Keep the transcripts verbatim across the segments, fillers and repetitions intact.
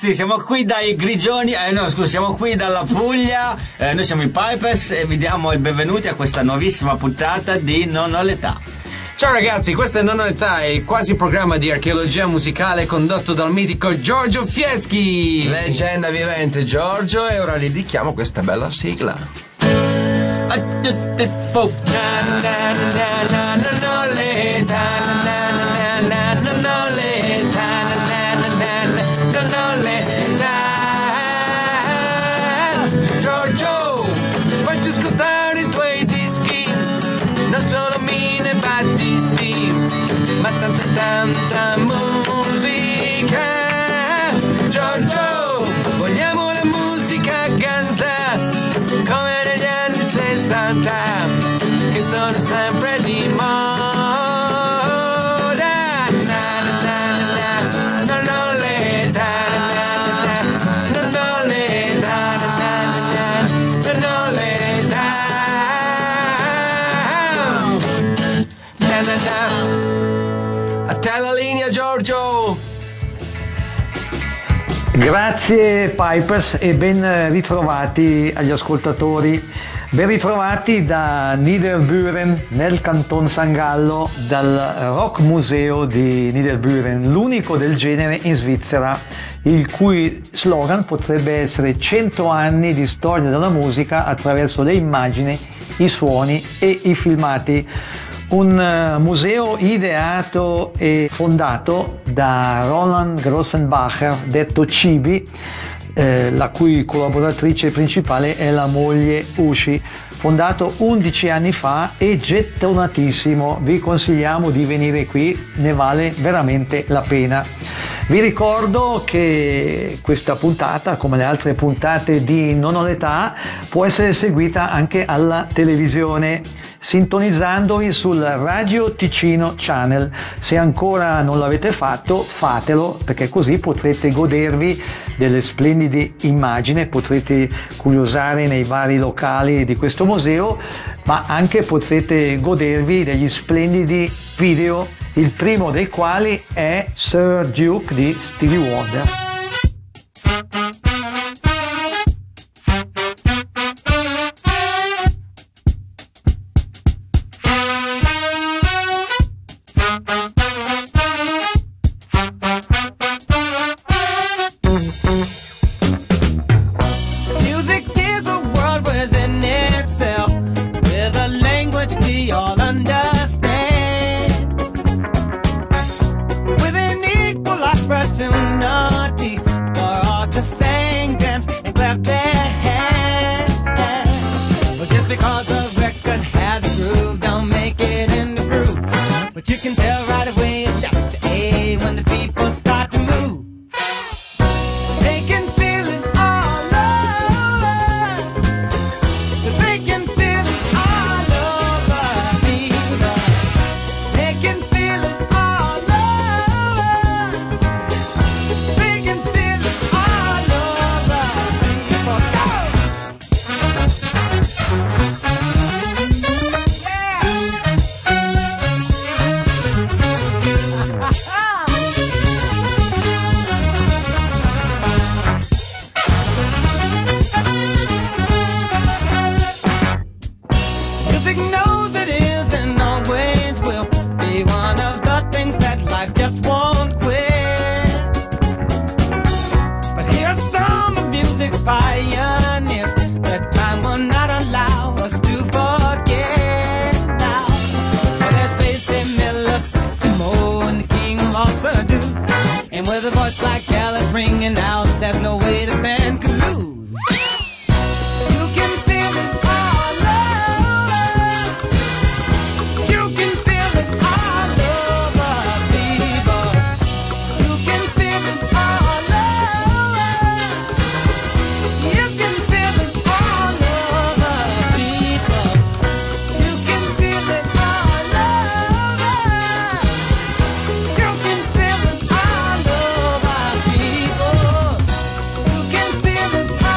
ragazzi, siamo qui dai Grigioni, eh no scusa, siamo qui dalla Puglia, eh, noi siamo i Pipers e vi diamo il benvenuti a questa nuovissima puntata di Non ho l'età. Ciao ragazzi, questo è Non ho l'età, il quasi programma di archeologia musicale condotto dal mitico Giorgio Fieschi. Leggenda vivente Giorgio, e ora gli dedichiamo questa bella sigla. Giorgio, facci ascoltare i tuoi dischi, non solo mine e battisti, ma tanta tanta musica. Giorgio, vogliamo la musica ganza come negli anni sessanta, che sono sempre di moda. Na, na, na, na, na, non ho l'età, na, na, na, non ho l'età, na, na, na, non ho l'età. Na, na, na. A te la linea, Giorgio. Grazie Pipers e ben ritrovati agli ascoltatori, ben ritrovati da Niederbüren nel Canton San Gallo, dal Rock Museo di Niederbüren, l'unico del genere in Svizzera, il cui slogan potrebbe essere cento anni di storia della musica attraverso le immagini, i suoni e i filmati. Un museo ideato e fondato da Roland Grossenbacher, detto Cibi, eh, la cui collaboratrice principale è la moglie Uschi, fondato undici anni fa e gettonatissimo. Vi consigliamo di venire qui, ne vale veramente la pena. Vi ricordo che questa puntata, come le altre puntate di Non ho l'età, può essere seguita anche alla televisione, sintonizzandovi sul Radio Ticino Channel. Se ancora non l'avete fatto, fatelo, perché così potrete godervi delle splendide immagini, potrete curiosare nei vari locali di questo museo, ma anche potrete godervi degli splendidi video, il primo dei quali è Sir Duke di Stevie Wonder. People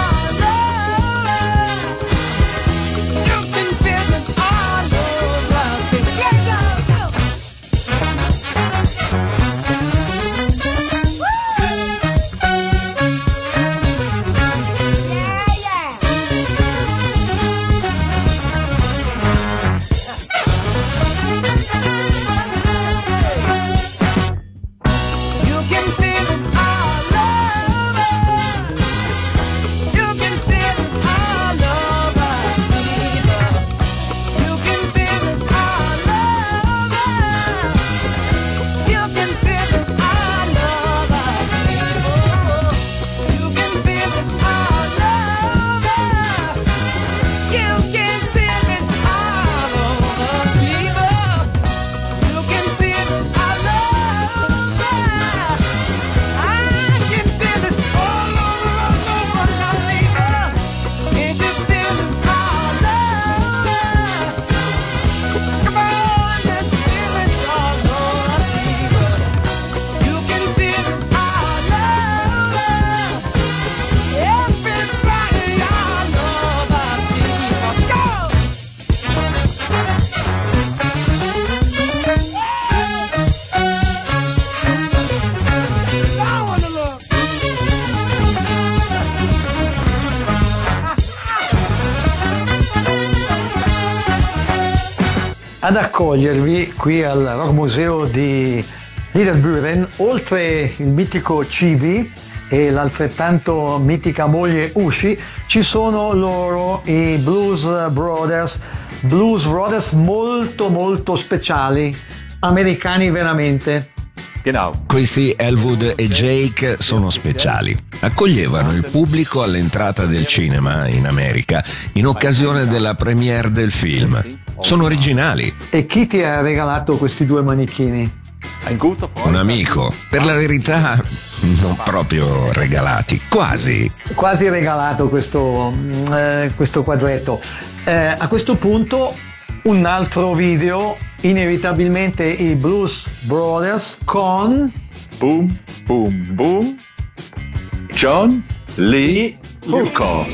ad accogliervi qui al Rock Museo di Niederbüren, oltre il mitico Cibi e l'altrettanto mitica moglie Uschi, ci sono loro i Blues Brothers, Blues Brothers molto molto speciali, americani veramente. Genau. Questi Elwood e Jake sono speciali. Accoglievano il pubblico all'entrata del cinema in America in occasione della premiere del film. Sono originali. E chi ti ha regalato questi due manichini? Un amico. Per la verità, non proprio regalati, quasi. Quasi regalato questo, eh, questo quadretto. Eh, a questo punto un altro video, inevitabilmente i Blues Brothers con Boom, boom, boom. John Lee Hooker.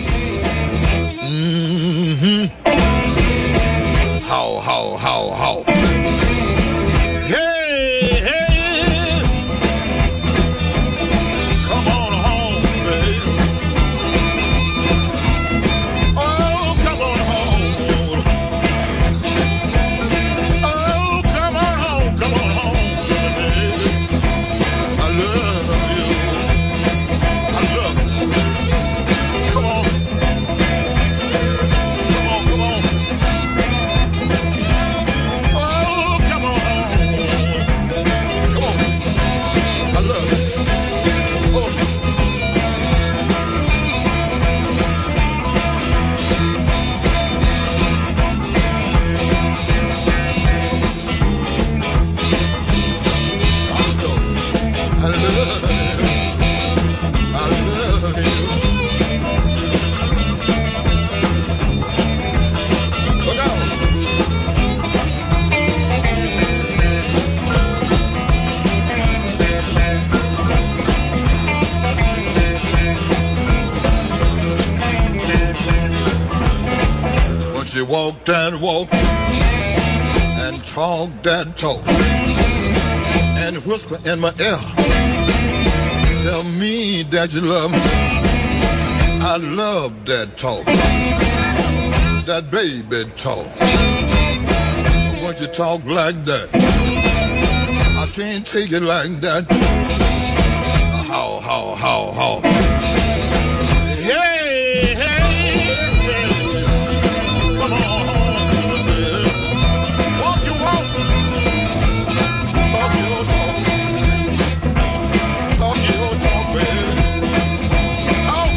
Mm-hmm. How, how, how, how. Hey, hey. Come on home, baby. Oh, come on home. Oh, come on home, come on home, baby. I love you. I love you. Come on. Come on, come on. Oh, come on home. Come on. I love you. Oh. I love you. I love you. Look out. But you walk that walk and talk that talk and whisper in my ear. Tell me that you love me. I love that talk, that baby talk. But when you talk like that, I can't take it like that. How, how, how, how. Hey, hey, baby. Come on, baby. Walk your walk. Talk your talk. Talk your talk, baby. Talk.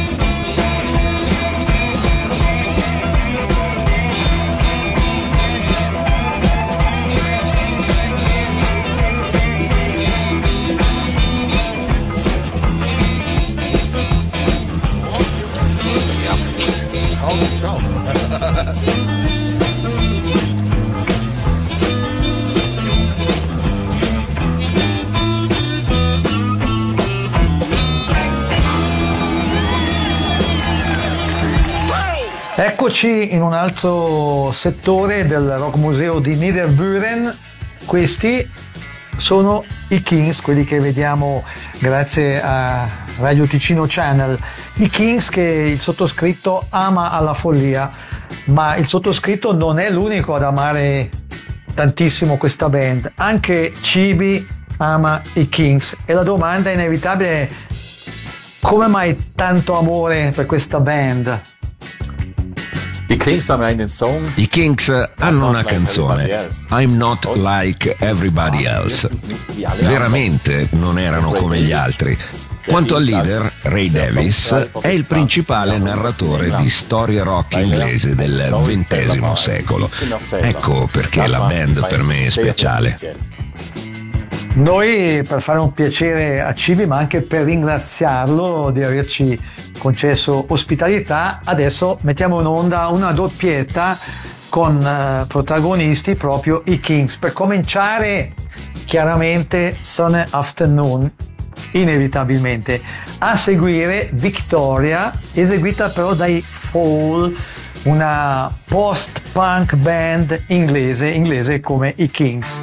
Talk, talk. Eccoci in un altro settore del Rock Museo di Niederbüren. Questi sono i Kings, quelli che vediamo grazie a Radio Ticino Channel. I Kings che il sottoscritto ama alla follia, ma il sottoscritto non è l'unico ad amare tantissimo questa band. Anche Cibi ama i Kings e la domanda è inevitabile: come mai tanto amore per questa band? Die Kings haben einen Song. I Kings hanno una canzone, I'm Not Like Everybody Else. Veramente non erano come gli altri. Quanto al leader, Ray Davies è il principale narratore di storia rock inglese del ventesimo secolo. Ecco perché la band per me è speciale. Noi, per fare un piacere a Cibi, ma anche per ringraziarlo di averci concesso ospitalità, adesso mettiamo in onda una doppietta con uh, protagonisti proprio i Kings. Per cominciare, chiaramente Sunday Afternoon, inevitabilmente. A seguire Victoria, eseguita però dai Fall, una post-punk band inglese, inglese come i Kings.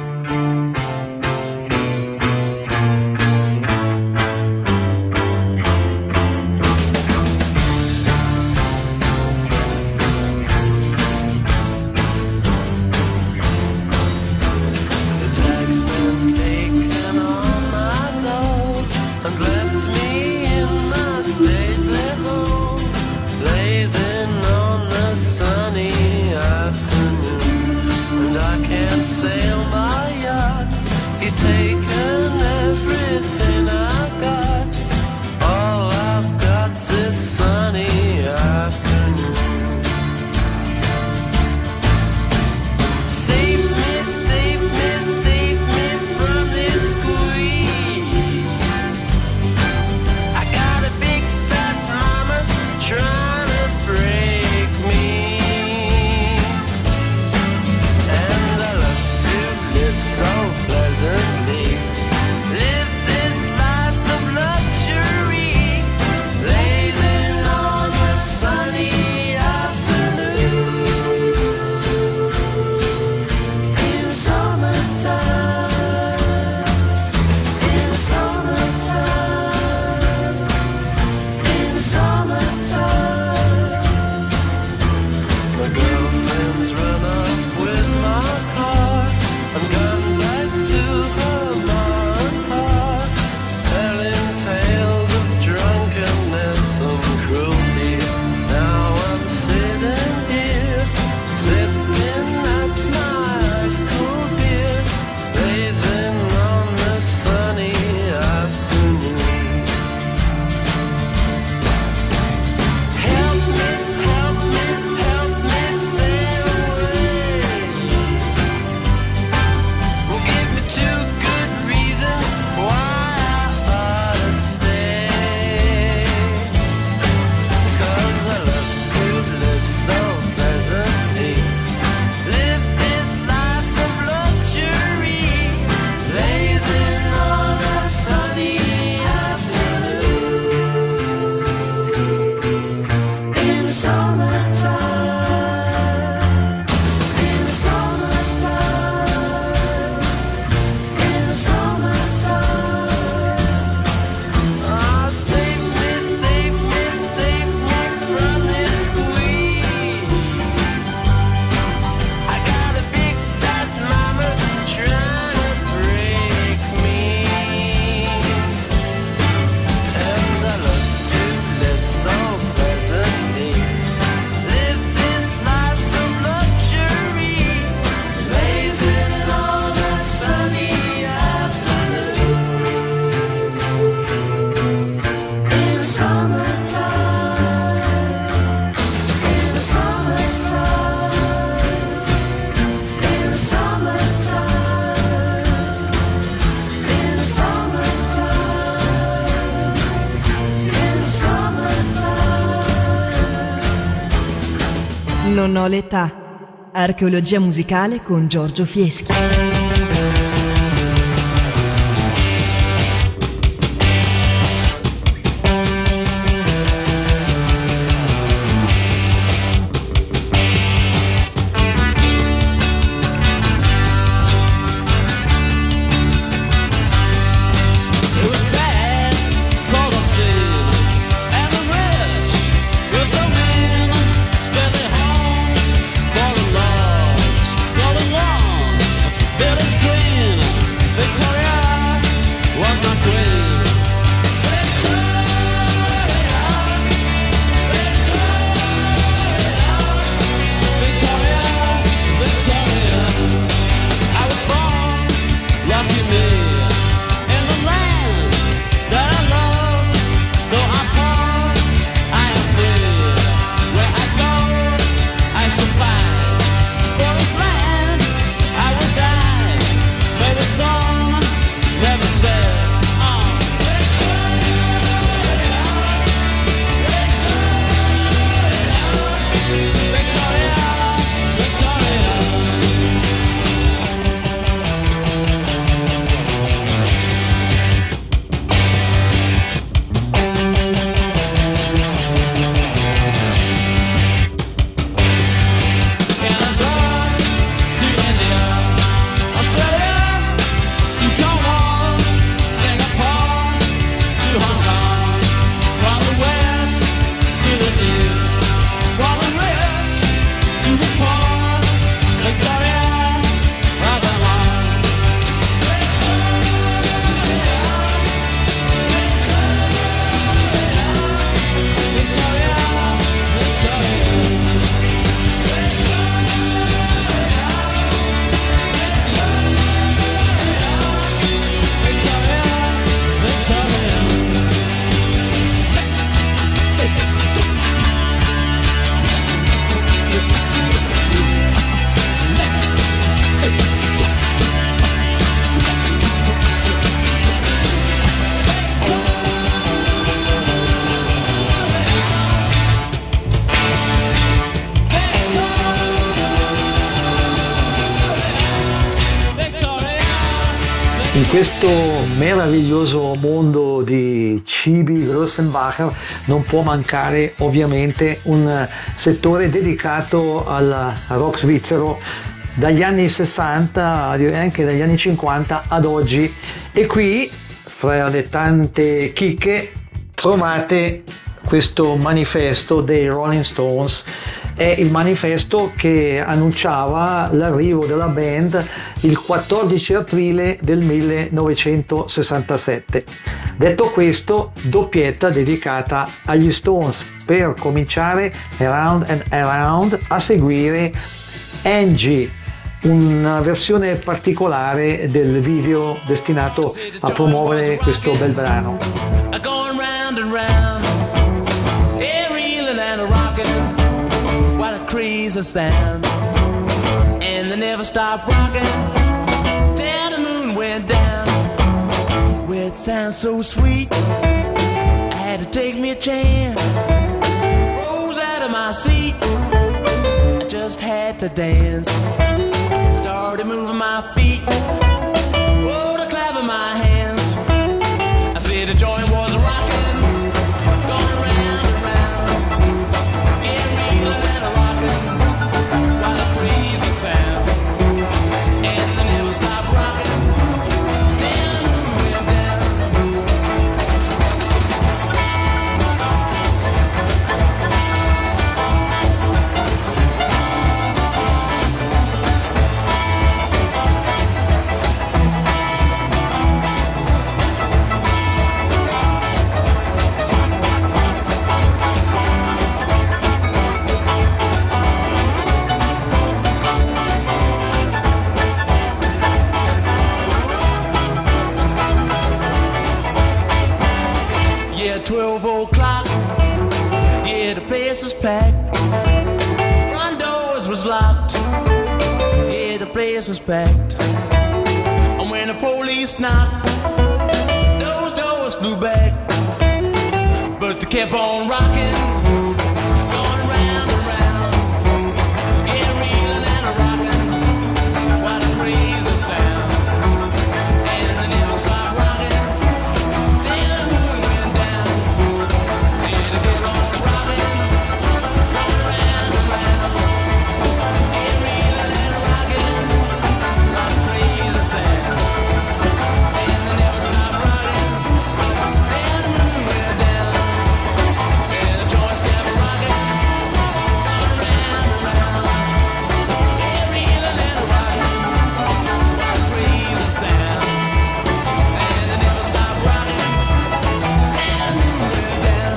Non ho l'età. Archeologia musicale con Giorgio Fieschi. In questo meraviglioso mondo di cibi Grossenbacher non può mancare ovviamente un settore dedicato al rock svizzero dagli anni sessanta, direi anche dagli anni cinquanta ad oggi, e qui fra le tante chicche trovate questo manifesto dei Rolling Stones. È il manifesto che annunciava l'arrivo della band il quattordici aprile del millenovecentosessantasette. Detto questo, doppietta dedicata agli Stones. Per cominciare, Around and Around, a seguire Angie, una versione particolare del video destinato a promuovere questo bel brano. Crazy sound, and they never stopped rocking till the moon went down. Well, it sounds so sweet, I had to take me a chance. Rose out of my seat, I just had to dance. Started moving my feet, oh, to clapping my hands. I said the joint was rocking, going round and round. Yeah, packed. Front doors was locked. Yeah, the place was packed. And when the police knocked, those doors flew back. But they kept on rocking, going round and round. Yeah, reeling and a rocking. What a crazy sound. And they never stopped rocking till the moon went down. Yeah, they kept on rocking, going round and round. Yeah, reeling and a rocking. What a crazy sound. And they never stopped rocking till the moon went down. And the joints kept rocking, going round and round. Yeah, reeling and a rocking. What a crazy sound. And they never stopped rocking till the moon went down.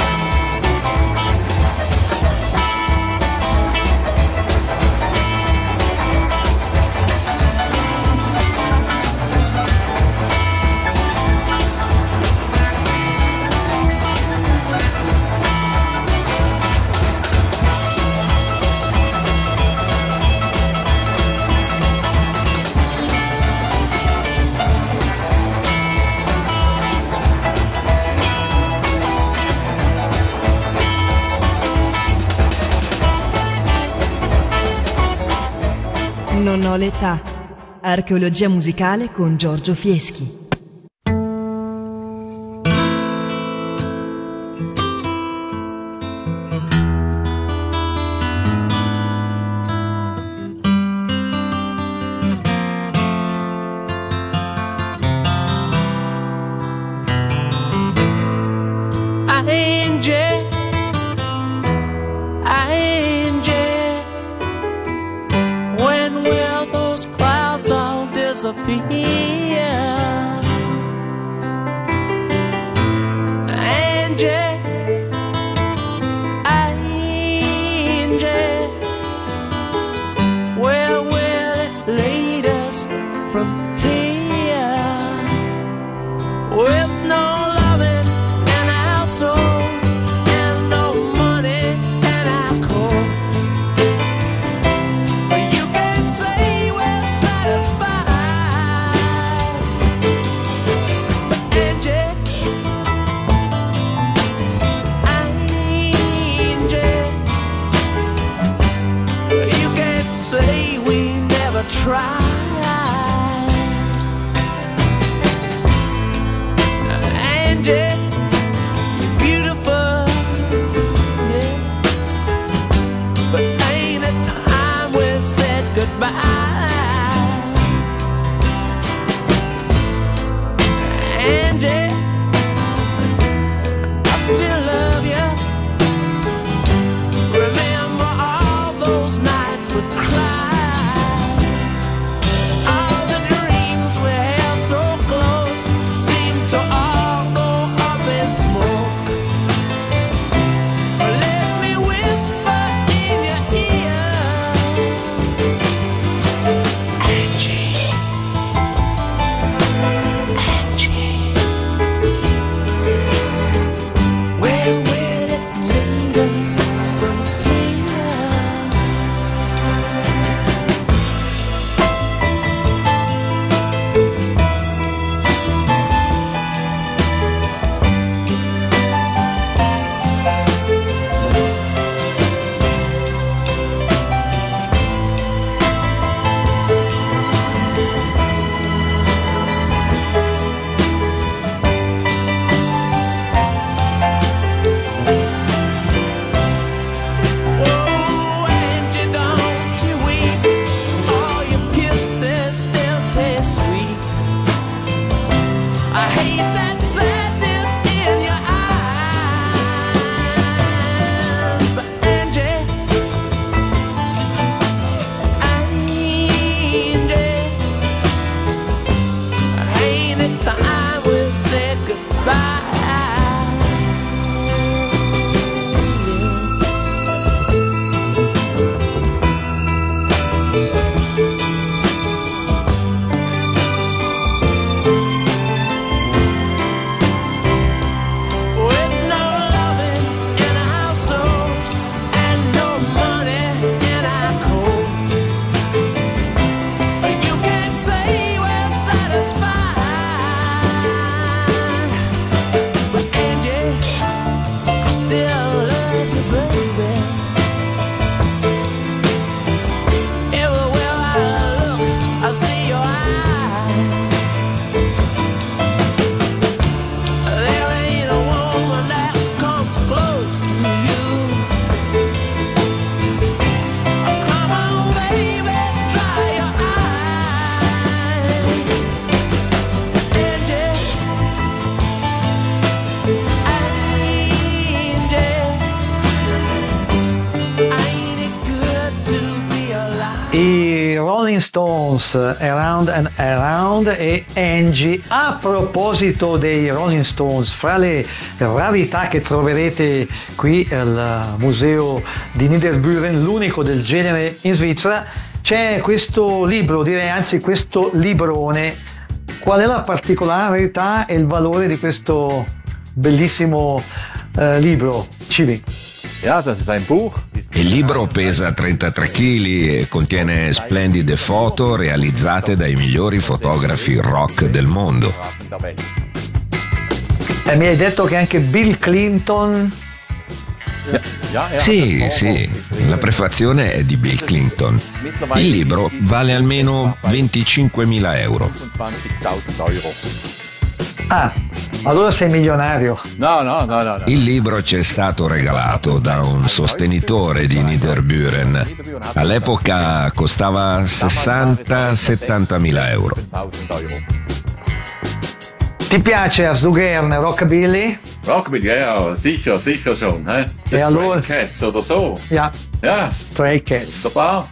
Non ho l'età. Archeologia musicale con Giorgio Fieschi. Angel, angel, when will those clouds all disappear? Angel, angel, where will it lead us from here? With no loving in our souls and no money in our courts, you can't say we're satisfied. But Angie, Angie, you can't say we never tried. Angie, you're beautiful, yeah, but ain't it time we said goodbye? Angie, I still love you. Remember all those nights we cried, all the dreams we held so close seemed to all go up in smoke. Let me whisper in your ear, Angie, Angie, where will it lead us from here? Rolling Stones, Around and Around, e Angie. A proposito dei Rolling Stones, fra le rarità che troverete qui al museo di Niederbüren, l'unico del genere in Svizzera, c'è questo libro, direi anzi questo librone. Qual è la particolarità e il valore di questo bellissimo eh, libro, Civi? Il libro pesa trentatré chili e contiene splendide foto realizzate dai migliori fotografi rock del mondo. E mi hai detto che anche Bill Clinton... Sì, sì, la prefazione è di Bill Clinton. Il libro vale almeno venticinquemila euro. Ah, allora sei milionario. No, no, no, no. Il libro ci è stato regalato da un sostenitore di Niederbüren. All'epoca costava sessanta settantamila euro. Ti piace Ars Lugern, Rockabilly? Rockabilly, ja, sicher, sicher schon. Hä? E allora? Stray Cats oder so. Ja, Ja, Stray Cats. wunderbar.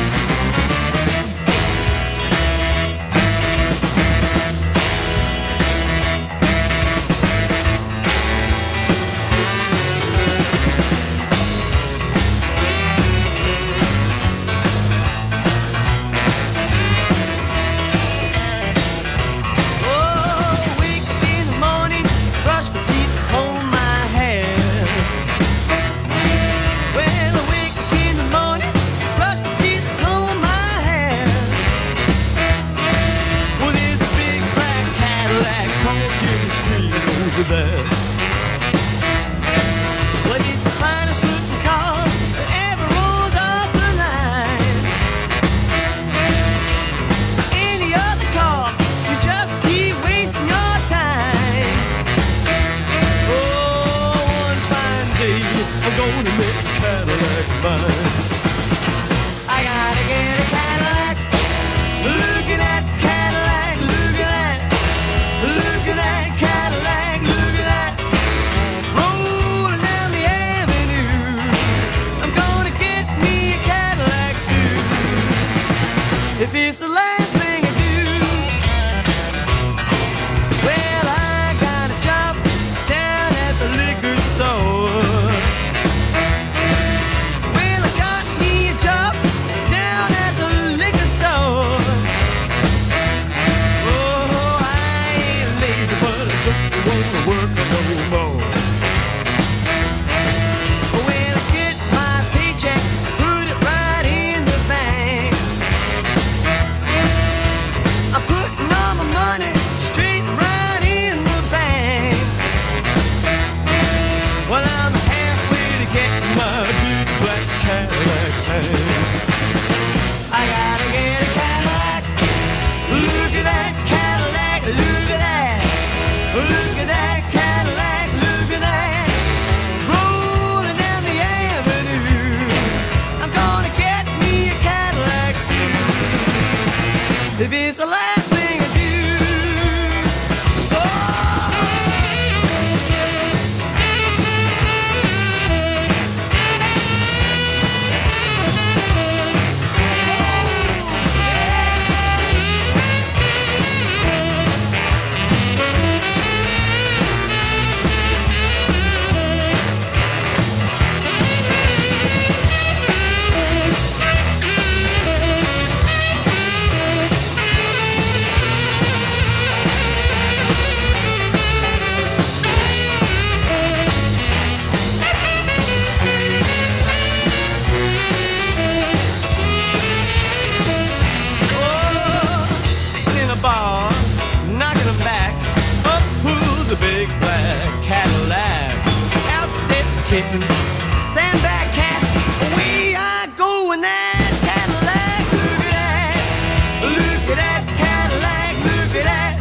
Stand back, cats. We are going that Cadillac. Look at that. Look at that Cadillac. Look at that.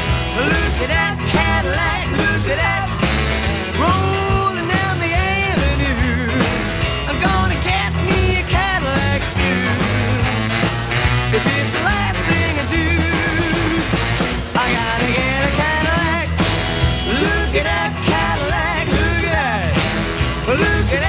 Look at that Cadillac. Look at that. Rolling down the avenue. I'm gonna get me a Cadillac too. If it's the last thing I do, I gotta get a Cadillac. Look at that Cadillac. Look at that. Look at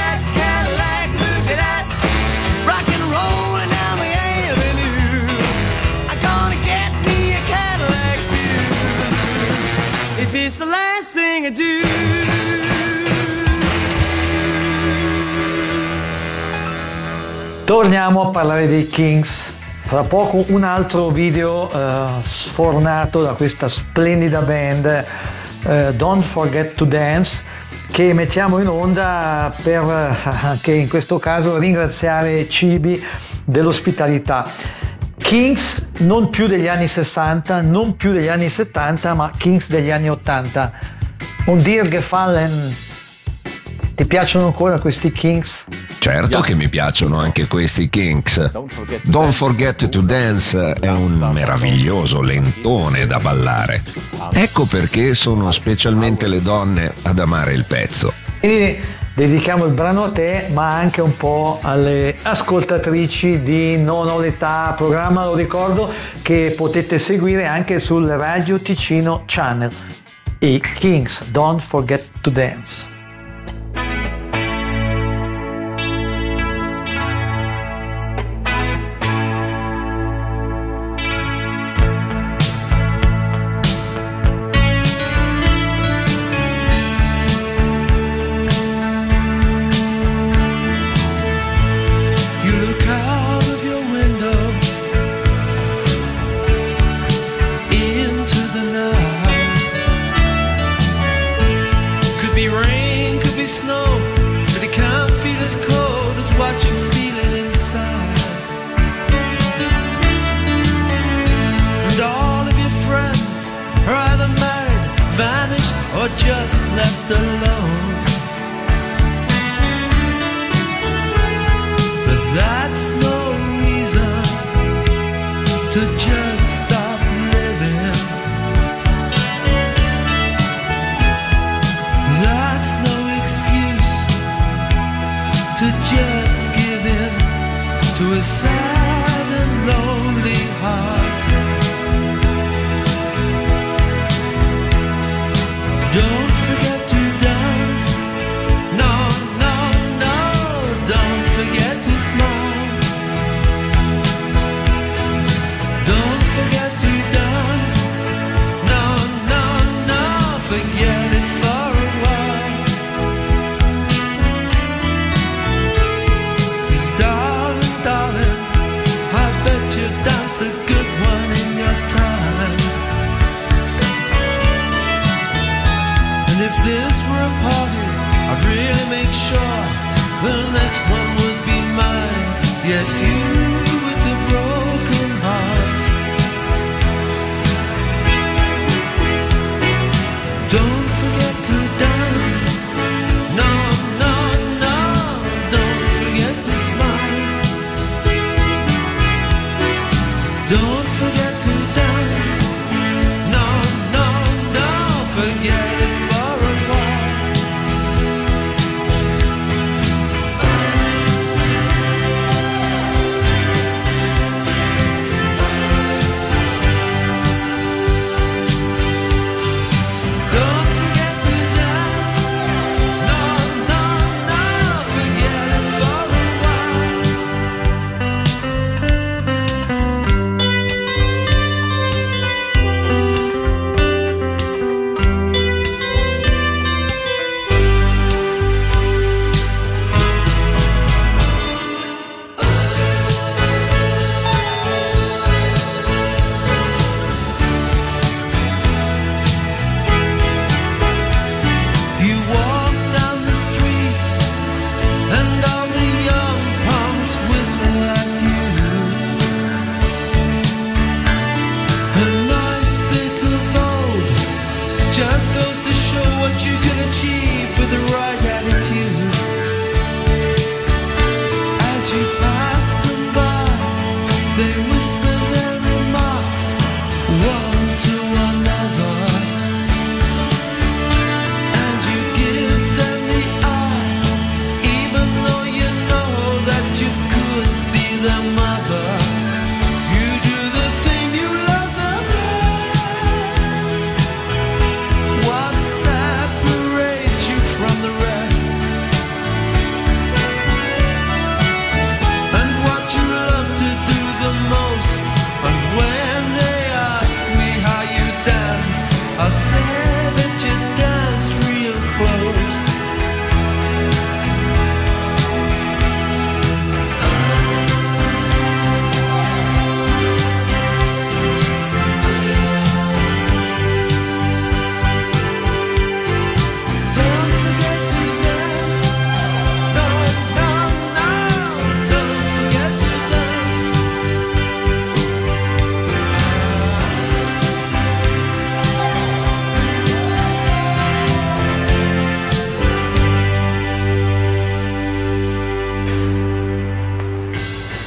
Torniamo a parlare dei Kings. Fra poco un altro video uh, sfornato da questa splendida band, uh, Don't Forget to Dance, che mettiamo in onda per uh, anche in questo caso ringraziare Cibi dell'ospitalità. Kings non più degli anni sessanta, non più degli anni settanta, ma Kings degli anni ottanta. Un dir gefallen. Ti piacciono ancora questi Kings? Certo che mi piacciono anche questi Kings. Don't Forget to Dance è un meraviglioso lentone da ballare. Ecco perché sono specialmente le donne ad amare il pezzo. Quindi dedichiamo il brano a te, ma anche un po' alle ascoltatrici di Non ho l'età, programma, lo ricordo, che potete seguire anche sul Radio Ticino Channel. I Kings, Don't Forget to Dance. Forget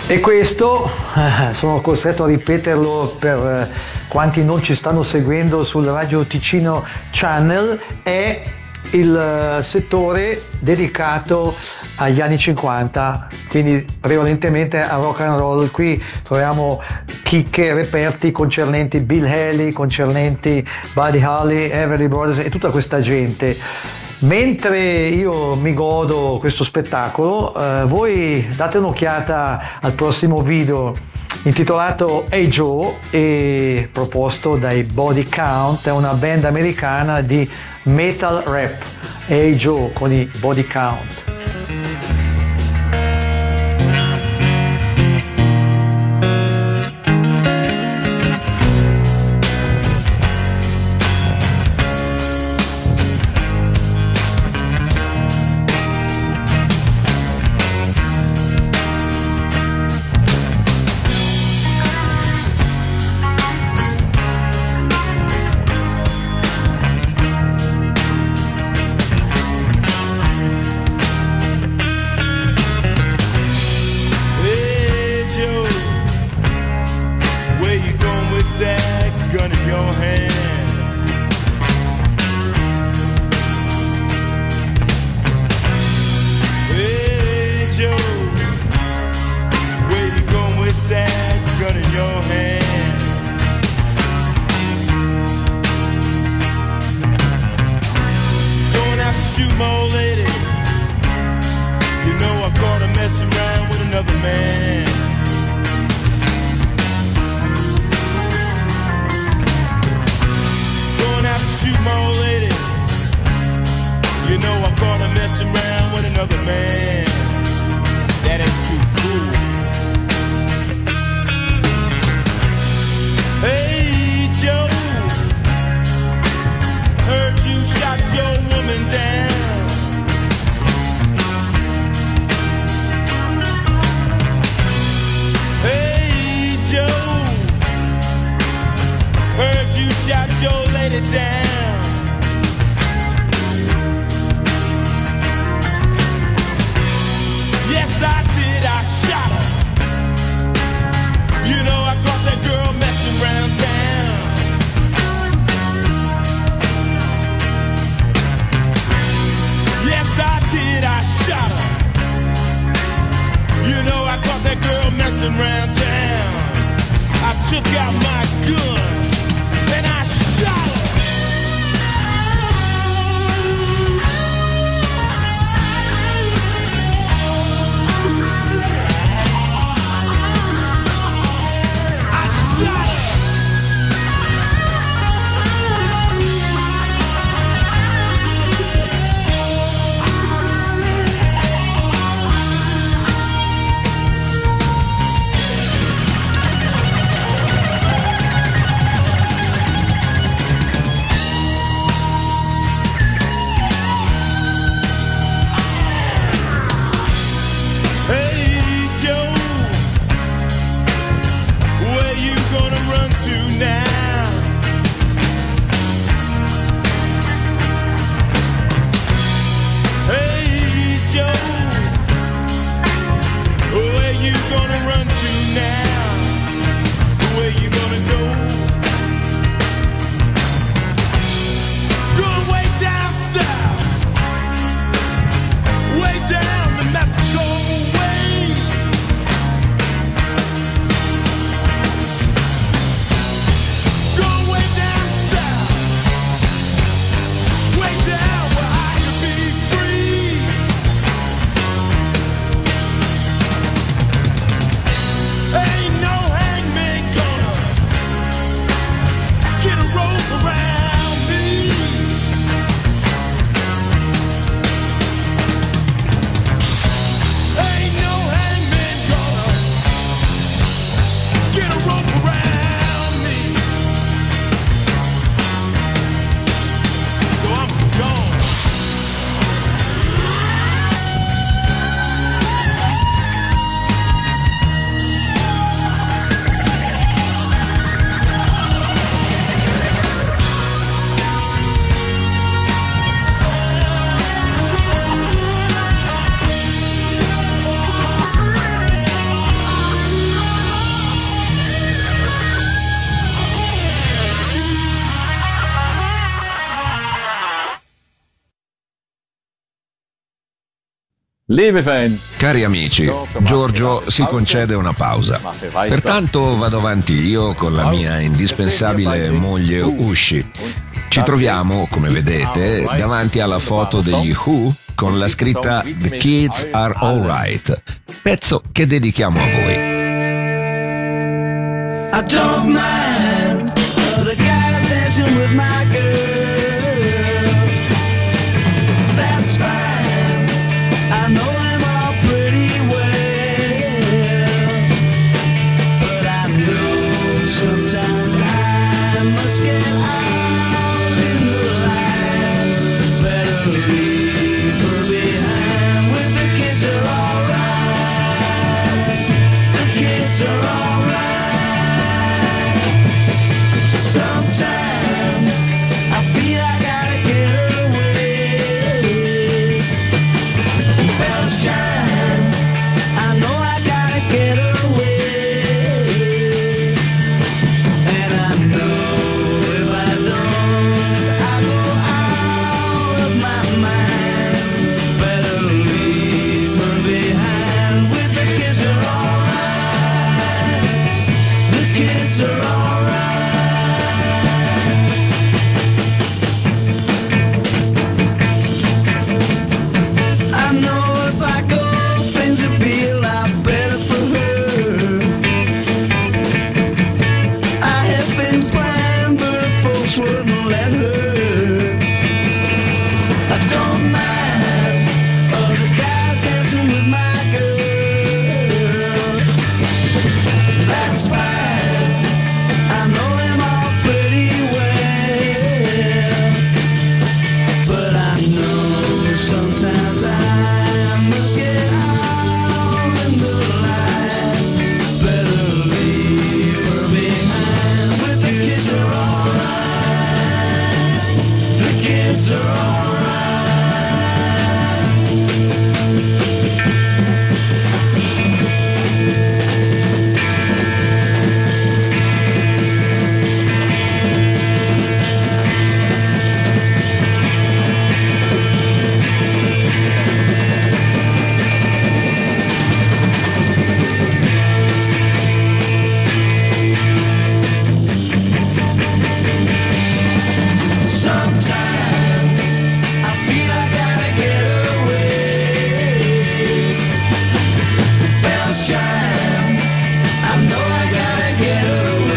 E questo, eh, sono costretto a ripeterlo per eh, quanti non ci stanno seguendo sul Radio Ticino Channel, è il eh, settore dedicato agli anni cinquanta, quindi prevalentemente a rock and roll. Qui troviamo chicche, reperti concernenti Bill Haley, concernenti Buddy Holly, Everly Brothers e tutta questa gente. Mentre io mi godo questo spettacolo, eh, voi date un'occhiata al prossimo video intitolato Hey Joe e proposto dai Body Count, è una band americana di metal rap. Hey Joe con i Body Count. Ain't Liebe fan, Cari amici, Giorgio si concede una pausa. Pertanto vado avanti io con la mia indispensabile moglie Usci. Ci troviamo, come vedete, davanti alla foto degli Who con la scritta The Kids Are Alright, pezzo che dedichiamo a voi. I don't mind the guys dancing with my girl. That's fine. I know them all pretty well. But I know sometimes I must get out in the line. Better leave her behind with the kids are alright. The kids are alright. Sometimes I feel I gotta get away. Bells chime, I know I gotta get away. And I know if I don't, I go out of my mind. Better leave her behind with the kids are alright. The kids are alright. Wouldn't let her. I don't mind other guys dancing with my girl. That's fine. I know them all pretty well. But I know sometimes I must get out in the line. Better leave her behind with the kids are alright. The kids are alright. Sometimes I feel I gotta get away. Bells chime, I know I gotta get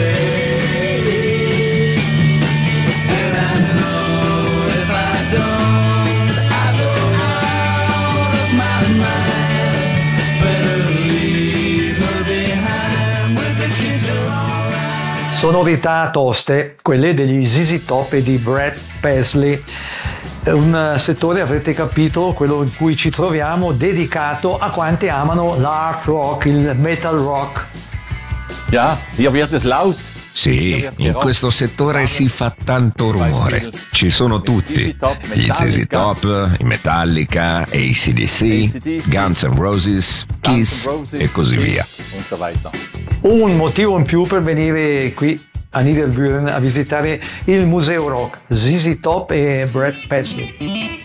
away. And I know if I don't, I go out of my mind. Better leave her behind with the kids are alright. Sonorità toste, quelle degli Z Z Top e di Brad Paisley. Un settore, avrete capito, quello in cui ci troviamo, dedicato a quanti amano l'art rock, il metal rock. Ja, hier wird es laut. Sì, in questo settore si fa tanto rumore. Ci sono tutti, gli Z Z Top, i Metallica, A C D C, Guns N' Roses, Kiss e così via. Un motivo in più per venire qui a Niederbüren a visitare il Museo Rock, Z Z Top e Brad Paisley.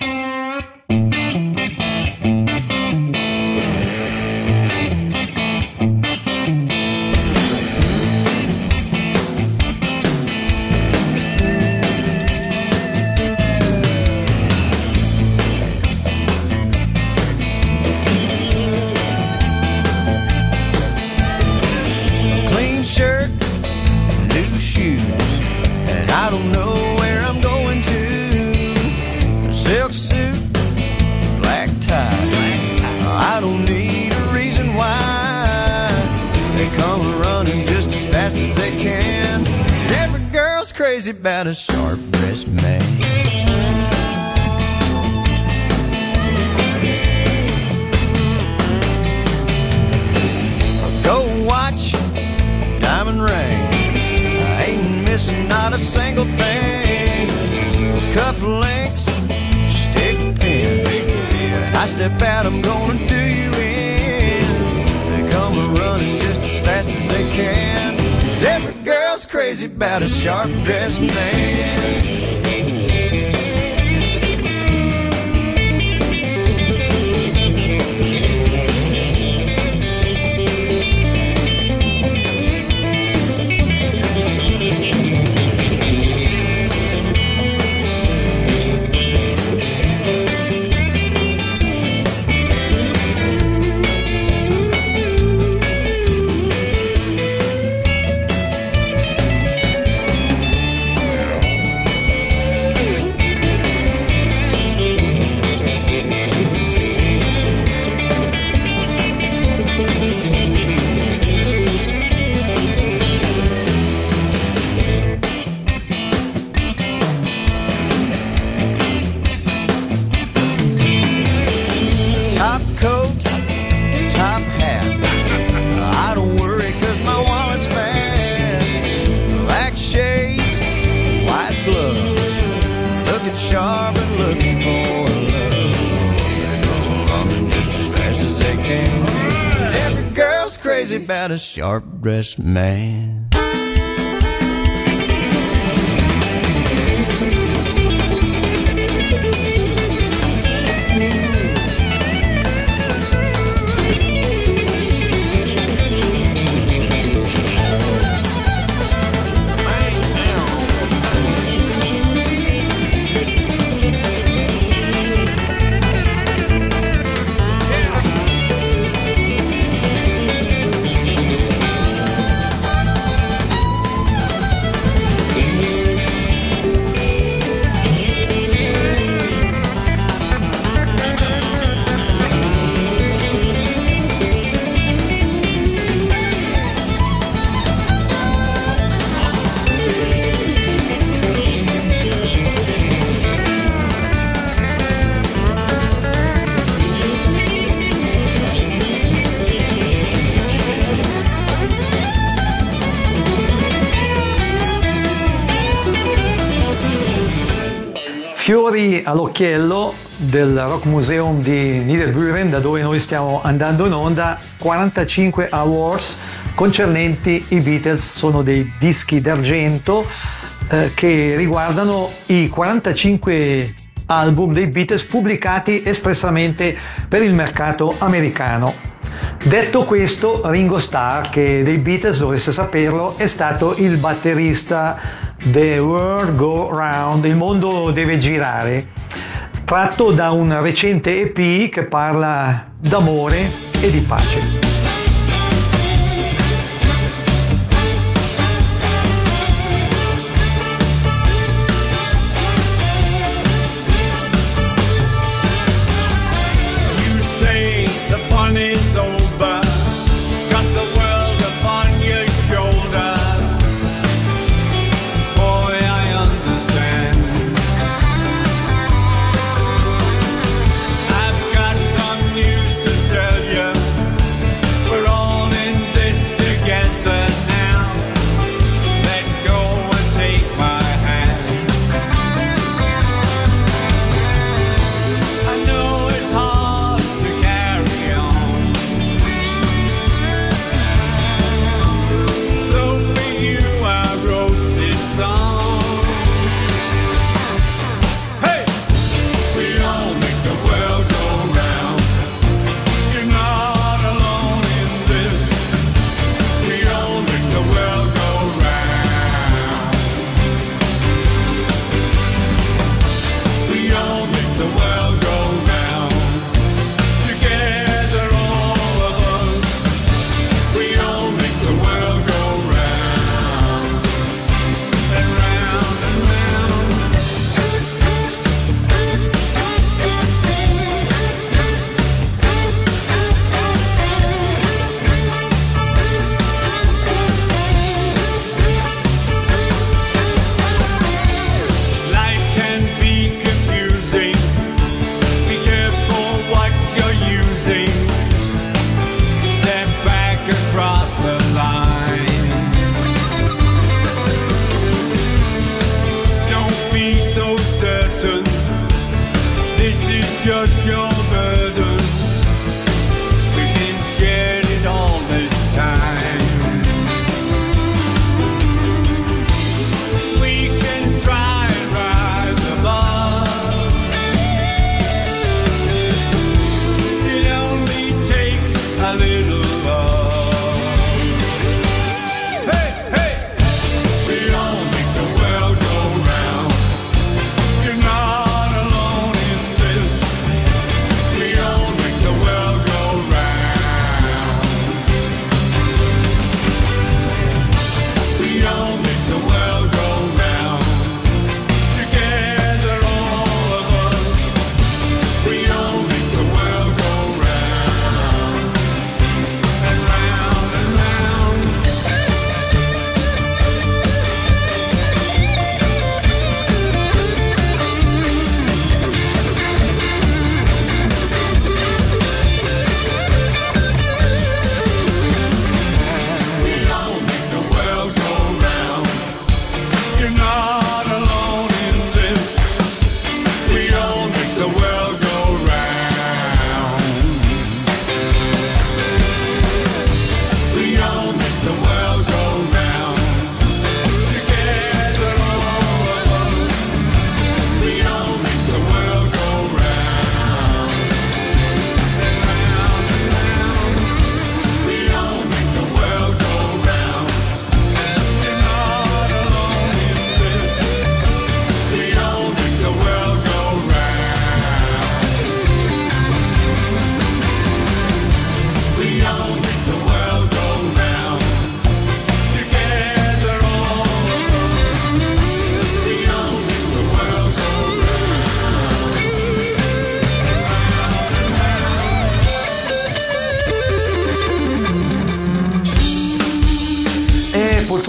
I don't know where I'm going to. A silk suit, black tie. I don't need a reason why. They come running just as fast as they can. 'Cause every girl's crazy about a sharp-dressed man. Go watch, diamond ring. I ain't missing not a single thing. Cufflinks, stick pin. When I step out, I'm gonna do you in. They come running just as fast as they can. 'Cause every girl's crazy about a sharp-dressed man. girls crazy about a sharp-dressed man. Fiori all'occhiello del Rock Museum di Niederbüren, da dove noi stiamo andando in onda, quarantacinque awards concernenti i Beatles. Sono dei dischi d'argento eh, che riguardano i quarantacinque album dei Beatles pubblicati espressamente per il mercato americano. Detto questo, Ringo Starr, che dei Beatles, dovreste saperlo, è stato il batterista The World Go Round, il mondo deve girare, tratto da un recente E P che parla d'amore e di pace.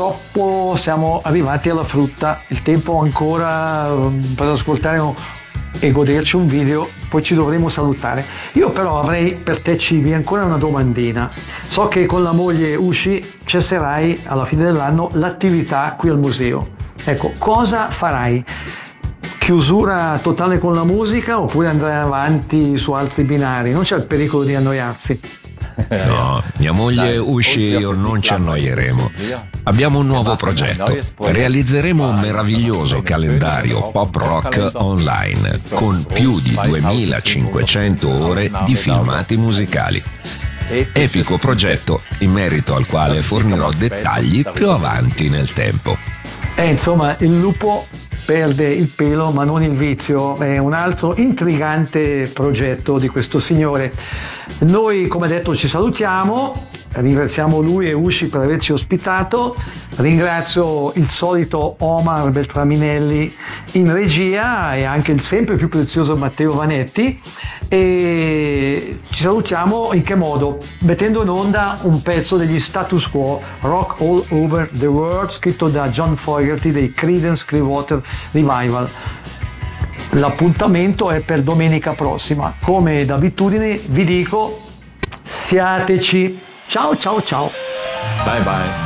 purtroppo siamo arrivati alla frutta, il tempo ancora um, per ascoltare un, e goderci un video, poi ci dovremo salutare. Io però avrei per te, Cibi, ancora una domandina. So che con la moglie Usci cesserai alla fine dell'anno l'attività qui al museo. Ecco, cosa farai? Chiusura totale con la musica oppure andrai avanti su altri binari? Non c'è il pericolo di annoiarsi? No, mia moglie Usci e io non ci annoieremo. Abbiamo un nuovo progetto. Realizzeremo un meraviglioso calendario pop rock online con più di duemilacinquecento ore di filmati musicali. Epico progetto in merito al quale fornirò dettagli più avanti nel tempo. Eh, insomma, il lupo perde il pelo ma non il vizio, è un altro intrigante progetto di questo signore. Noi, come detto, ci salutiamo, ringraziamo lui e Usci per averci ospitato, ringrazio il solito Omar Beltraminelli in regia e anche il sempre più prezioso Matteo Vanetti, e ci salutiamo in che modo? Mettendo in onda un pezzo degli Status Quo, Rock All Over the World, scritto da John Fogerty dei Creedence Clearwater Revival. L'appuntamento è per domenica prossima. Come d'abitudine vi dico, siateci. Ciao ciao ciao. Bye bye.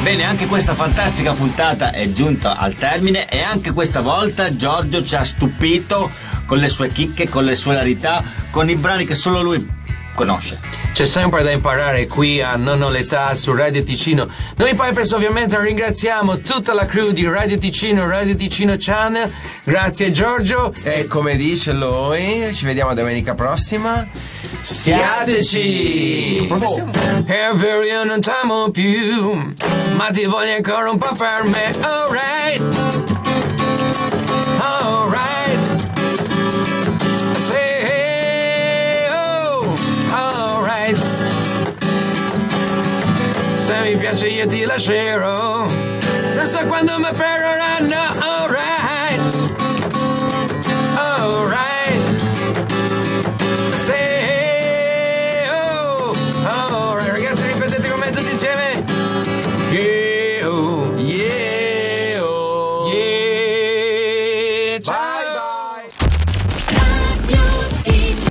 Bene, anche questa fantastica puntata è giunta al termine e anche questa volta Giorgio ci ha stupito con le sue chicche, con le sue rarità, con i brani che solo lui conosce. C'è sempre da imparare qui a Non ho l'età su Radio Ticino. Noi Pipers ovviamente ringraziamo tutta la crew di Radio Ticino, Radio Ticino Channel. Grazie Giorgio. E come dice lui, ci vediamo domenica prossima. Siateci! Oh. È vero, io non t'amo più, ma ti voglio ancora un po' per me. Alright, alright. Say hey, oh, alright. Se mi piace io ti lascerò, non so quando mi perderanno.